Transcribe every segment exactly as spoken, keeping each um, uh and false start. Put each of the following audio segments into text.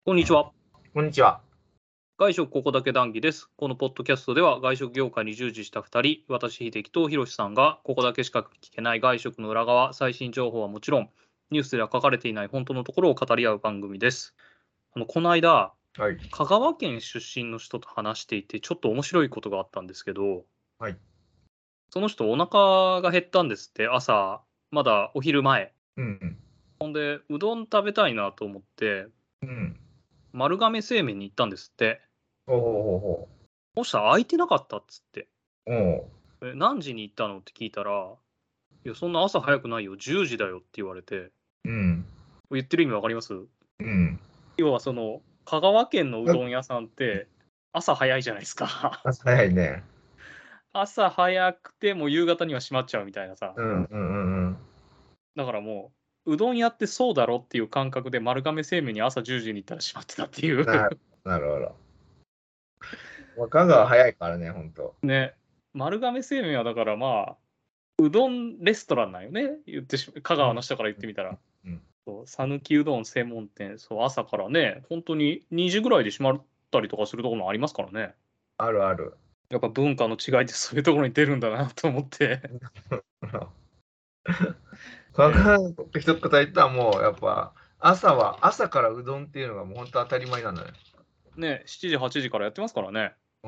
こんにちは。 こんにちは。 外食ここだけ談義です。このポッドキャストでは外食業界に従事したふたり、私、秀樹とひろしさんがここだけしか聞けない外食の裏側、最新情報はもちろん、ニュースでは書かれていない本当のところを語り合う番組です。あのこの間、 はい。 香川県出身の人と話していて、ちょっと面白いことがあったんですけど、 はい。 その人お腹が減ったんですって、朝、まだお昼前。 うんで、うどん食べたいなと思って、 うん。うん。 丸亀製麺に行ったんですって。 ほうほうほうほそしたら空いてなかったっつって。 う。おう。 え、何時に行ったのって聞いたら、いや、そんな朝早くないよ、じゅうじだよって言われて、 うん。 言ってる意味わかります？ うん。 要はその、香川県のうあ、 どん屋さんって、朝早いじゃないですか。 朝早いね。 朝早くてもう夕方には閉まっちゃうみたいなさ。 うんうんうんうん。 だからもう、うどん屋ってそうだろっていう感覚で丸亀製麺に朝じゅうじに行ったら閉まってたっていう。 ななるほど。まあ、香川だ早いからね、ほんと。 ね、丸亀製麺はだからまあ、うどんレストランなんよね、言ってし香うん。 川の人から言ってみたら。 うん。 そう、讃岐うどん専門店、そう、朝からね、ほんとににじぐらいで閉まったりとかするところもありますからね。 あるある。 やっぱ文化の違いってそういうところに出るんだなと思って。 香え川って一言言ったらもうやっぱ、朝は朝からうどんっていうのがもうほんと当たり前なのよ。 え、ね、しちじ、はちじからやってますからね。 うん。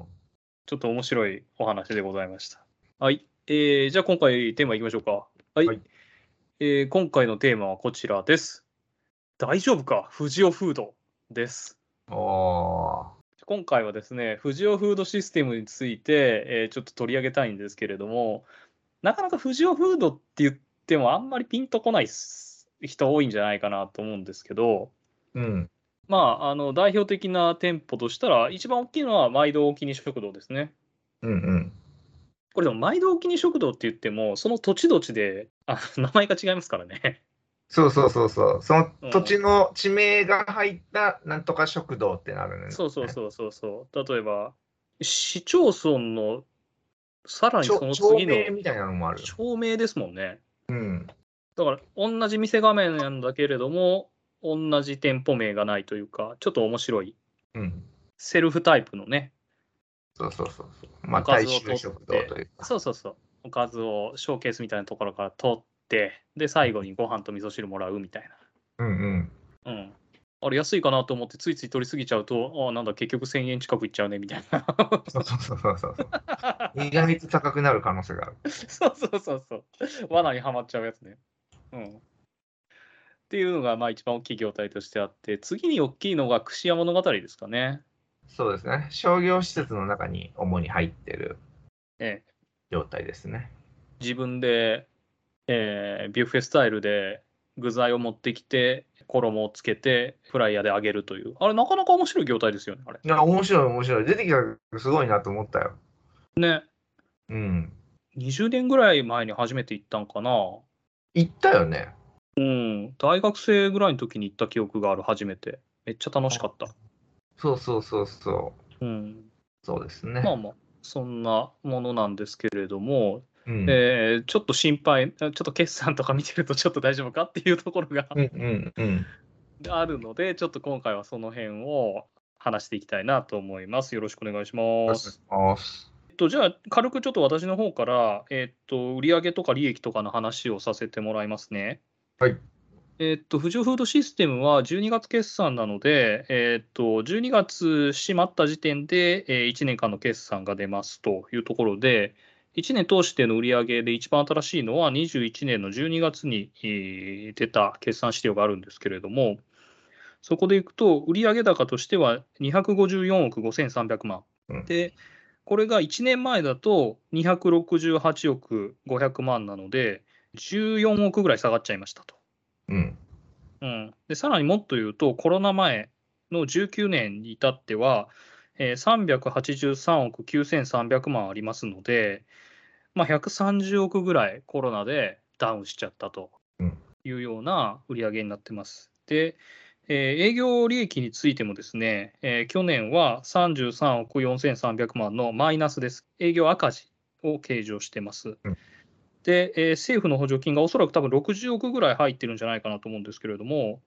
ちょっと面白いお話でございました。はい、ええ、じゃあ今回テーマいきましょうか。はい。 はい。 ええ、今回のテーマはこちらです。大丈夫か、フジオフードです。 おお。 今回はですね、フジオフードシステムについて、ええ、ちょっと取り上げたいんですけれども、なかなかフジオフードって言ってもあんまりピンとこないす人多いんじゃないかなと思うんですけど、 うん。 まあ、あの、代表的な店舗としたら、一番大きいのは毎度お気に食堂ですね。 うんうん。 これでも毎度お気に食堂って言っても、その土地土地で、あ、名前が違いますからね。 そうそうそうそう。そのうん。 土地の地名が入ったなんとか食堂ってなるね。 そうそうそうそうそう。例えば、市町村のさらにちょその次の町名みたいなのもある。 町名ですもんね。 うん。 だから同じ店画面なんだけれども、同じ店舗名がないというか、ちょっと面白いうん。 セルフタイプのね、 そうそうそうそう。まあ、 おか大ずを取っ衆食堂とて、 いうか。 そうそうそう、おかずをショーケースみたいなところから取って、で、最後にご飯と味噌汁もらうみたいうんうん。 な。うん。あれ安いかなと思ってついつい取り過ぎちゃうと、ああ、なんだ結局せんえん近くいっちゃうねみたいな。 そうそうそうそうそうそう。意外と高くなる可能性がある。 そうそうそうそう。罠にはまっちゃうやつね。うん。っていうのが、まあ、一番大きい業態としてあって、次に大きいのが串屋物語ですかね。 そうですね。商業施設の中に主に入ってるええ。 状態ですね。 自分で、ええ、ビュッフェスタイルで具材を持ってきて、衣をつけて、フライヤーで揚げるという、あれなかなか面白い業態ですよね、あれ。 いや、面白い面白い。出てきたらすごいなと思ったよ。 ね、 うん。 にじゅうねんぐらい前に初めて行ったんかな。 行ったよね。 うん、大学生ぐらいの時に行った記憶がある、初めて。めっちゃ楽しかった。 そうそうそうそう。 うん。 そうですね。 まあまあ、そんなものなんですけれども、 うん。 ええ、ちょっと心配、あ、ちょっと決算とか見てるとちょっと大丈夫かっていうところがうんうんうん。 あるので、ちょっと今回はその辺を話していきたいなと思います。よろしくお願いしお願いします。 ます。 えっと、じゃあ、軽くちょっと私の方から、えっと、売上とか利益とかの話をさせてもらいますね。 はい。 えっと、富士フードシステムはじゅうにがつ決算なので、えっと、じゅうにがつ閉まった時点で、えー、いちねんかんの決算が出ますというところで、いちねん通しての売上で一番新しいのはにじゅういちねんのじゅうにがつに、えー出た決算資料があるんですけれども、そこでいくと、売上高としてはにひゃくごじゅうよんおくごせんさんびゃくまん。 うん。 で、これがいちねんまえだとにひゃくろくじゅうはちおくごひゃくまんなので、じゅうよんおくぐらい下がっちゃいましたと。 うん。 うん、でさらにもっと言うと、コロナ前のじゅうきゅうねんに至っては、えー、さんびゃくはちじゅうさんおくきゅうせんさんびゃくまんありますので、まあ、ひゃくさんじゅうおくぐらいコロナでダウンしちゃったとうん。 いうような売り上げになってます。で、えー営業利益についてもですね、えー去年はさんじゅうさんおくよんせんさんびゃくまんのマイナスです。営業赤字を計上してます。 うん。 で、えー政府の補助金がおそらく多分ろくじゅうおくぐらい入ってるんじゃないかなと思うんですけれども、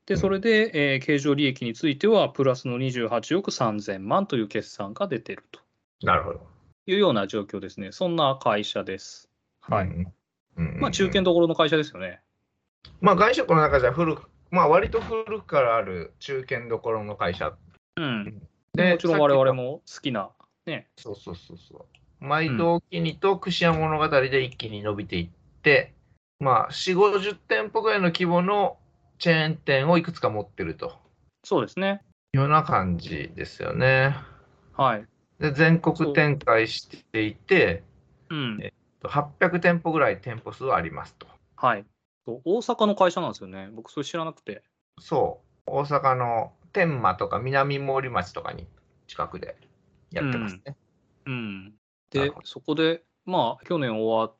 で、それで、えー経常利益については、プラスのにじゅうはちおくさんぜんまんという決算が出てるとなるほど。 いうような状況ですね。そんな会社です。はい。 うんうんうんまあ、中堅どころの会社ですよね。 まあ、外食の中じゃ古く、まあ、割と古くからある中堅どころの会社。 うん。でもで、 ちろん我さっきの 々も好きな、ね。 そうそうそうそう。毎度お気にと串屋物語で一気に伸びていって、まあ、よん、ごじゅってんぽぐらいの規模のチェーン店をいくつか持ってるとそうですね。 いうような感じですよね。 はい。 で、全国そう。 展開していて、 うん。 えっと、はっぴゃくてんぽぐらい店舗数はありますと。 はい。そう大阪の会社なんですよね。僕、それ知らなくて。 そう、大阪の天満とか南毛利町とかに近くでやってますね。 うん。で、 なるほど。 そこで、まあ、去年終わって、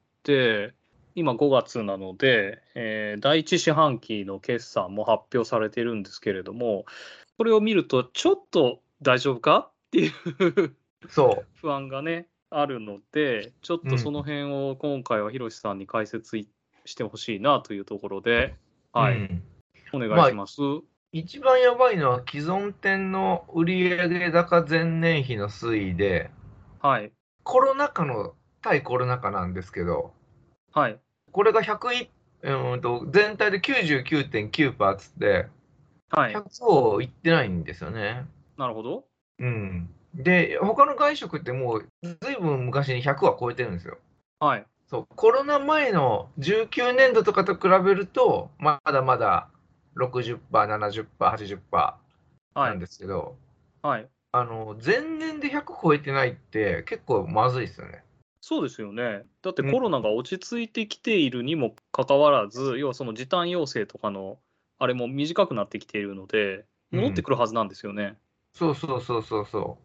今ごがつなので、えー第一四半期の決算も発表されているんですけれども、これを見ると、ちょっと大丈夫かっていうそ不安がね、あるので、ちょっう。 とそのうん。 辺を今回はひろしさんに解説いしてほしいなというところで、はい、 うん。 お願いまあ、 します。 一番やばいのは既存店の売上高前年比の推移で、 はい、 コロナ禍の対コロナ禍なんですけど、 はい、 これがひゃくいち、うんと全体で きゅうじゅうきゅうてんきゅうパーセント つってはい、 ひゃくをいってないんですよね。 なるほど。 うん。で、他の外食ってもうずいぶん昔にひゃくは超えてるんですよ。 はい、 そう、コロナ前のじゅうきゅうねんどとかと比べると、まだまだろくじゅっパーセント、ななじゅっパーセント、はちじゅっパーセントはい、 なんですけど、 はい。 あの、前年でひゃく超えてないって結構まずいですよね。 そうですよね。だってうん、 コロナが落ち着いてきているにもかかわらず、要はその時短要請とかのあれも短くなってきているので、戻ってうん。 くるはずなんですよね。 そうそうそうそうそう。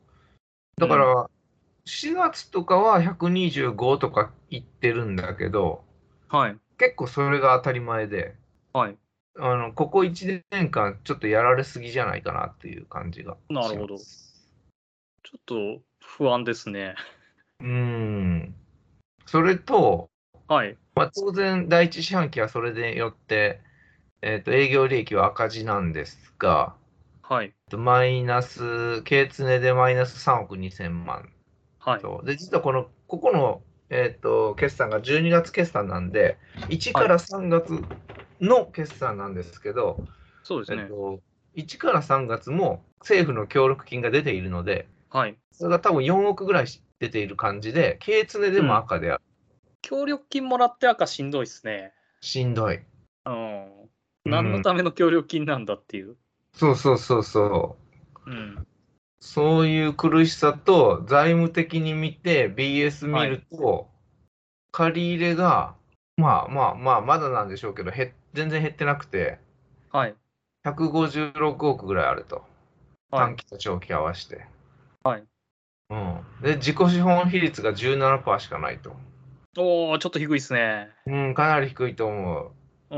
うん。 だからしがつとかはひゃくにじゅうごとかいってるんだけど、 はい、 結構それが当たり前で、 はい。 あの、ここいちねんかんちょっとやられすぎじゃないかなっていう感じがしまなるほど。 す。 ちょっと不安ですね。 うーん。それと、 はい、 まあ、当然、第一四半期はそれでよって、えっと、営業利益は赤字なんですが、 はい、 マイナス、経常でマイナスさんおくにせんまんはい、 と。で、実はこの、ここの、えっと、決算がじゅうにがつ決算なんで、いちはい。 からさんがつの決算なんですけど、 そうですね。 えっと、いちからさんがつも政府の協力金が出ているので、 はい。 それが多分よんおくぐらい出ている感じで、経常でうん。 も赤である。 協力金もらって赤しんどいっすね。 しんどい。 うん。何のうん。 ための協力金なんだっていう。 そうそうそうそう。 うん。 そういう苦しさと、財務的に見て ビーエス 見はい、 ると、借り入れが、まあまあまあ、まだなんでしょうけど、減っ全然減ってなくて、 はい、 ひゃくごじゅうろくおくぐらいあると。 はい、 短期と長期合わせて。 はい。 うん。で、自己資本比率がじゅうななパーセントしかないと。 おお、ちょっと低いっすね。 うん、かなり低いと思う。 うん。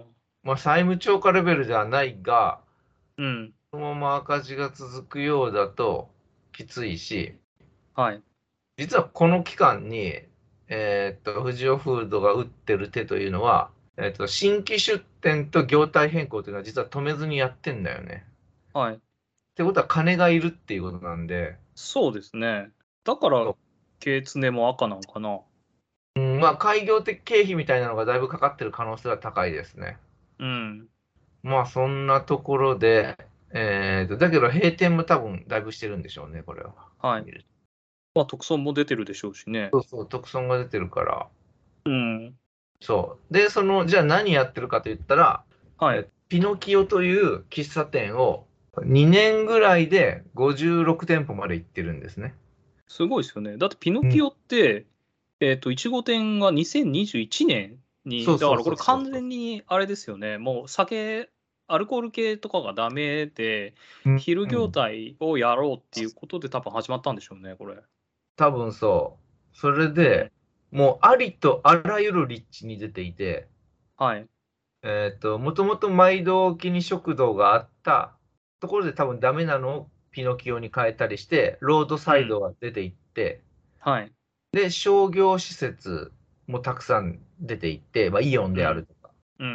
まあ、債務超過レベルではないが、 うん。 このまま赤字が続くようだときついし、 はい。 実はこの期間に、えーっと、富士オフードが打ってる手というのは、えーっと、新規出店と業態変更というのは実は止めずにやってんだよね。 はい。 ってことは金がいるっていうことなんで、 そうですね。だから、 そ経常も赤なんかな。 ううん、まあ、開業的経費みたいなのがだいぶかかってる可能性は高いですね。 うん。 まあ、そんなところで、えーと、だけど閉店も多分だいぶしてるんでしょうね、これは。 はい。 見るまあ、特損も出てるでしょうしね。 とそうそう、特損が出てるから。 うん。 そう。で、その、じゃあ何やってるかと言ったら、 はい。 えピノキオという喫茶店をにねんぐらいでごじゅうろくてんぽまで行ってるんですね。 すごいですよね。だってピノうん。 キオって、えっと、いち号店がにせんにじゅういちねんに、 そうそうだからこれそうそうそう。 完全にあれですよね、もう酒、アルコール系とかがダメで、 うん、 昼業うん。 態をやろうっていうことで多分始まったんでしょうね、これ。 多分そう。それうん。 で、もうありとあらゆる立地に出ていて、 はい。 えっと、もともと毎度沖に食堂があったところで多分ダメなのをピノキオに変えたりして、ロードサイうん。 ドが出ていって、 はい。 で、商業施設もたくさん出ていって、まあ、イオンうん。 であるとか、 うん。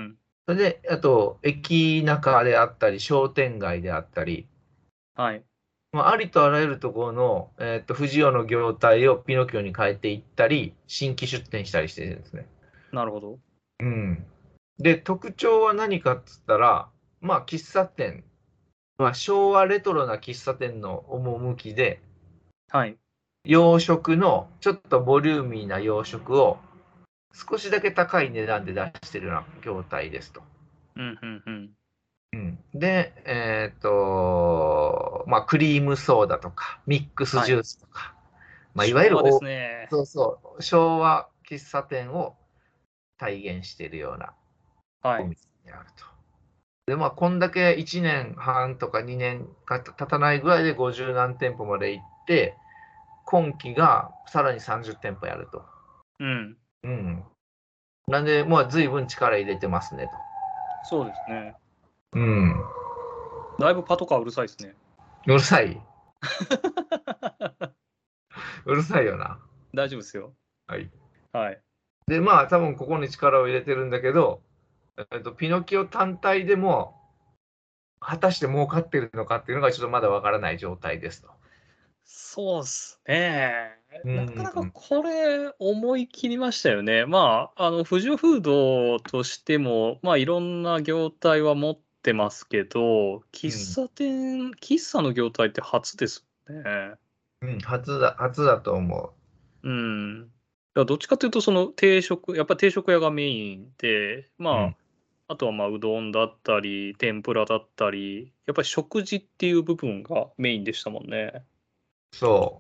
それで、あと、駅中であったり、商店街であったり、 はい。 まあ、ありとあらゆるところの、えっと、藤尾の業態をピノキオに変えていったり、新規出店したりしてるんですね。 なるほど。 うん。で、特徴は何かっつったら、まあ、喫茶店、まあ、昭和レトロな喫茶店の趣で、 はい。 洋食のちょっとボリューミーな洋食を少しだけ高い値段で出してるような業態ですと。 うん、うん、うん。 うん、で、えっと、まあ、クリームソーダとか、ミックスはい。 ジュースとか、まあ、いわゆ昭和でするお、 ね。 そうそう、昭和喫茶店を体現しているようなはい。 お店にあると。で、まあ、こんだけいちねんはんとかにねんか経たないぐらいでごじゅう何店舗まで行って、今期がさらにさんじゅう店舗やると。 うん。 うん。なんで、まあ、随分力入れてますねそうですね。 と。うん。 だいぶパトカーうるさいですね。 うるさい。うるさいよな。 大丈夫ですよ。 はい。 はい。 で、まあ、多分ここに力を入れてるんだけど、えっと、ピノキオ単体でも、果たして儲かってるのかっていうのがちょっとまだわからない状態ですと。 そうっすね。 うなかなかん。 これ思い切りましたよね。まあ、あの、富士フードとしても、まあ、いろんな業態は持ってますけど、喫うん。 茶店喫茶の業態って初ですよね。 うん。初だ、初だと思うん。だからどっちかというと、その定食やっぱ定食屋がメインで、 う。うまん。 あ、あとは、ま、うどんだったり、天ぷらだったり、やっぱり食事っていう部分がメインでしたもんね。 そう。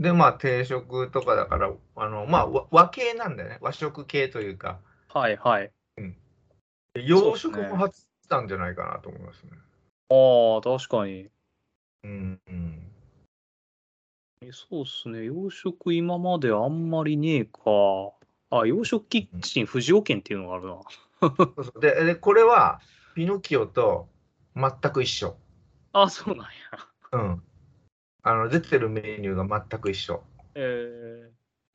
で、まあ、定食とかだから、あの、まあ、わ和系なんだよね。和食系というか、 はいはい。 うん。 そうっ洋食もすね。 初なんじゃないかなと思いますね。 ああ、確かに。 うん。うん。 え、そうっすね。洋食今まであんまりねえか。あ、洋食キッうん。 チン藤尾軒っていうのがあるな。 そうそう。で、で、これは、ピノキオと全く一緒。 あ、そうなんや。 うん。あの、出てるメニューが全く一緒。 ええ、 うん。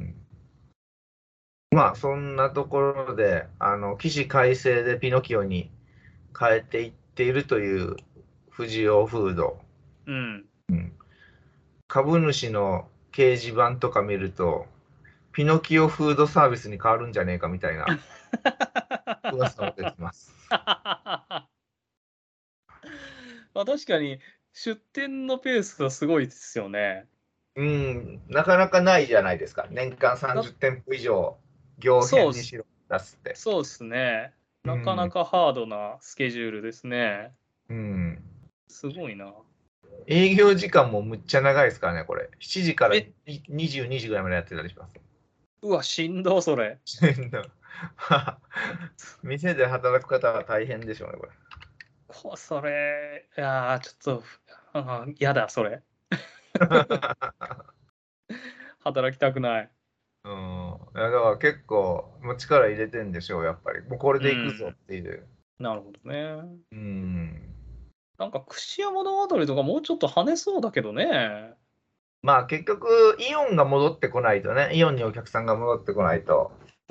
まあ、そんなところで、あの、起死回生でピノキオに変えていっているという藤尾フード。 うん。 うん。株主の掲示板とか見ると、ピノキオフードサービスに変わるんじゃねえかみたいな噂も出てます。 まあ、確かに出店のペースがすごいですよね。 うん、なかなかないじゃないですか。年間ださんじゅってん舗以上、行そうっす編にしろ出すって。 そうっすね。なかなうん、 かハードなスケジュールですね。 うん。 すごいな。 営業時間もむっちゃ長いですからね、これ。しちじからえ、 にじゅうにじぐらいまでやってたりします。 うわ、しんど、それ。 店で働く方は大変でしょうね、これ。 こそれ、いやー、ちょっと、あーやだ、それ。働きたくない。 うん。いやだから結構、もう力入れてんでしょう、やっぱり。もうこれうでいくぞん。 っていう。 なるほどね。 うん。 なんか串屋物語とかもうちょっと跳ねそうだけどね。 まあ結局、イオンが戻ってこないとね、イオンにお客さんが戻ってこないとうん。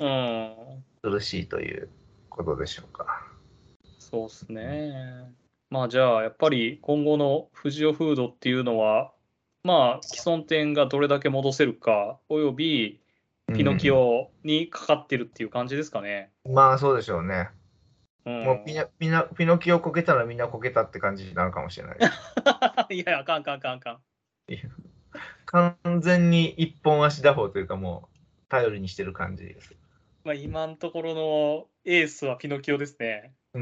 苦しいということでしょうか。 そうっすね。まあ、じゃあ、やっぱり今後のフジオフードっていうのは、まあ、既存店がどれだけ戻せるか、およびピノキうん。 オにかかってるっていう感じですかね。 まあそうでしょうね。 うもうピん。 ナ、ピナ、ピノキオこけたらみんなこけたって感じになるかもしれないです。 いや、あかんあかんあかんあかん。 完全に一本足打法というかもう頼りにしてる感じです。 まあ、今のところのエースはピノキオですね。 うん。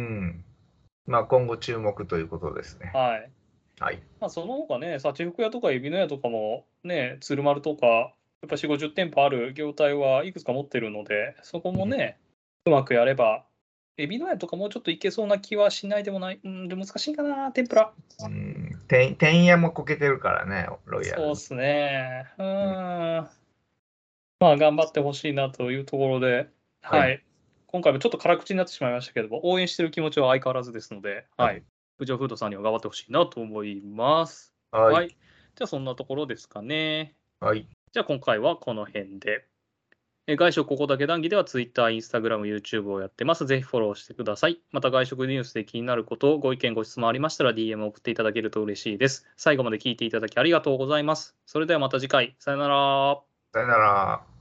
まあ今後注目ということですね。 はい。 はい。 まあ、その他ね、幸福屋とか海老の屋とかもね、鶴丸とか、やっぱよん、ごじゅう店舗ある業態はいくつか持ってるので、そこもね、うまくやれば、海老の屋とかもうちょっといけそうな気はしないでもない。うん、で難しいかな、天ぷら。 うん。てん、てんやもこけてるからね、ロイヤル。 そうっすね。ううん。 ーん。まあ、頑張ってほしいなというところで、 はい。 はい。今回もちょっと辛口になってしまいましたけども、応援してる気持ちは相変わらずですので、 はい。 はい。富士フードさんには頑張ってほしいなと思います。 はい。 はい。じゃあ、そんなところですかね。 はい。 じゃあ、今回はこの辺で。 え外食ここだけ談義では Twitter、Instagram、YouTube をやってます。ぜひフォローしてください。また外食ニュースで気になること、ご意見、ご質問ありましたら ディーエム を送っていただけると嬉しいです。最後まで聞いていただきありがとうございます。それではまた次回。さよなら。 さよなら。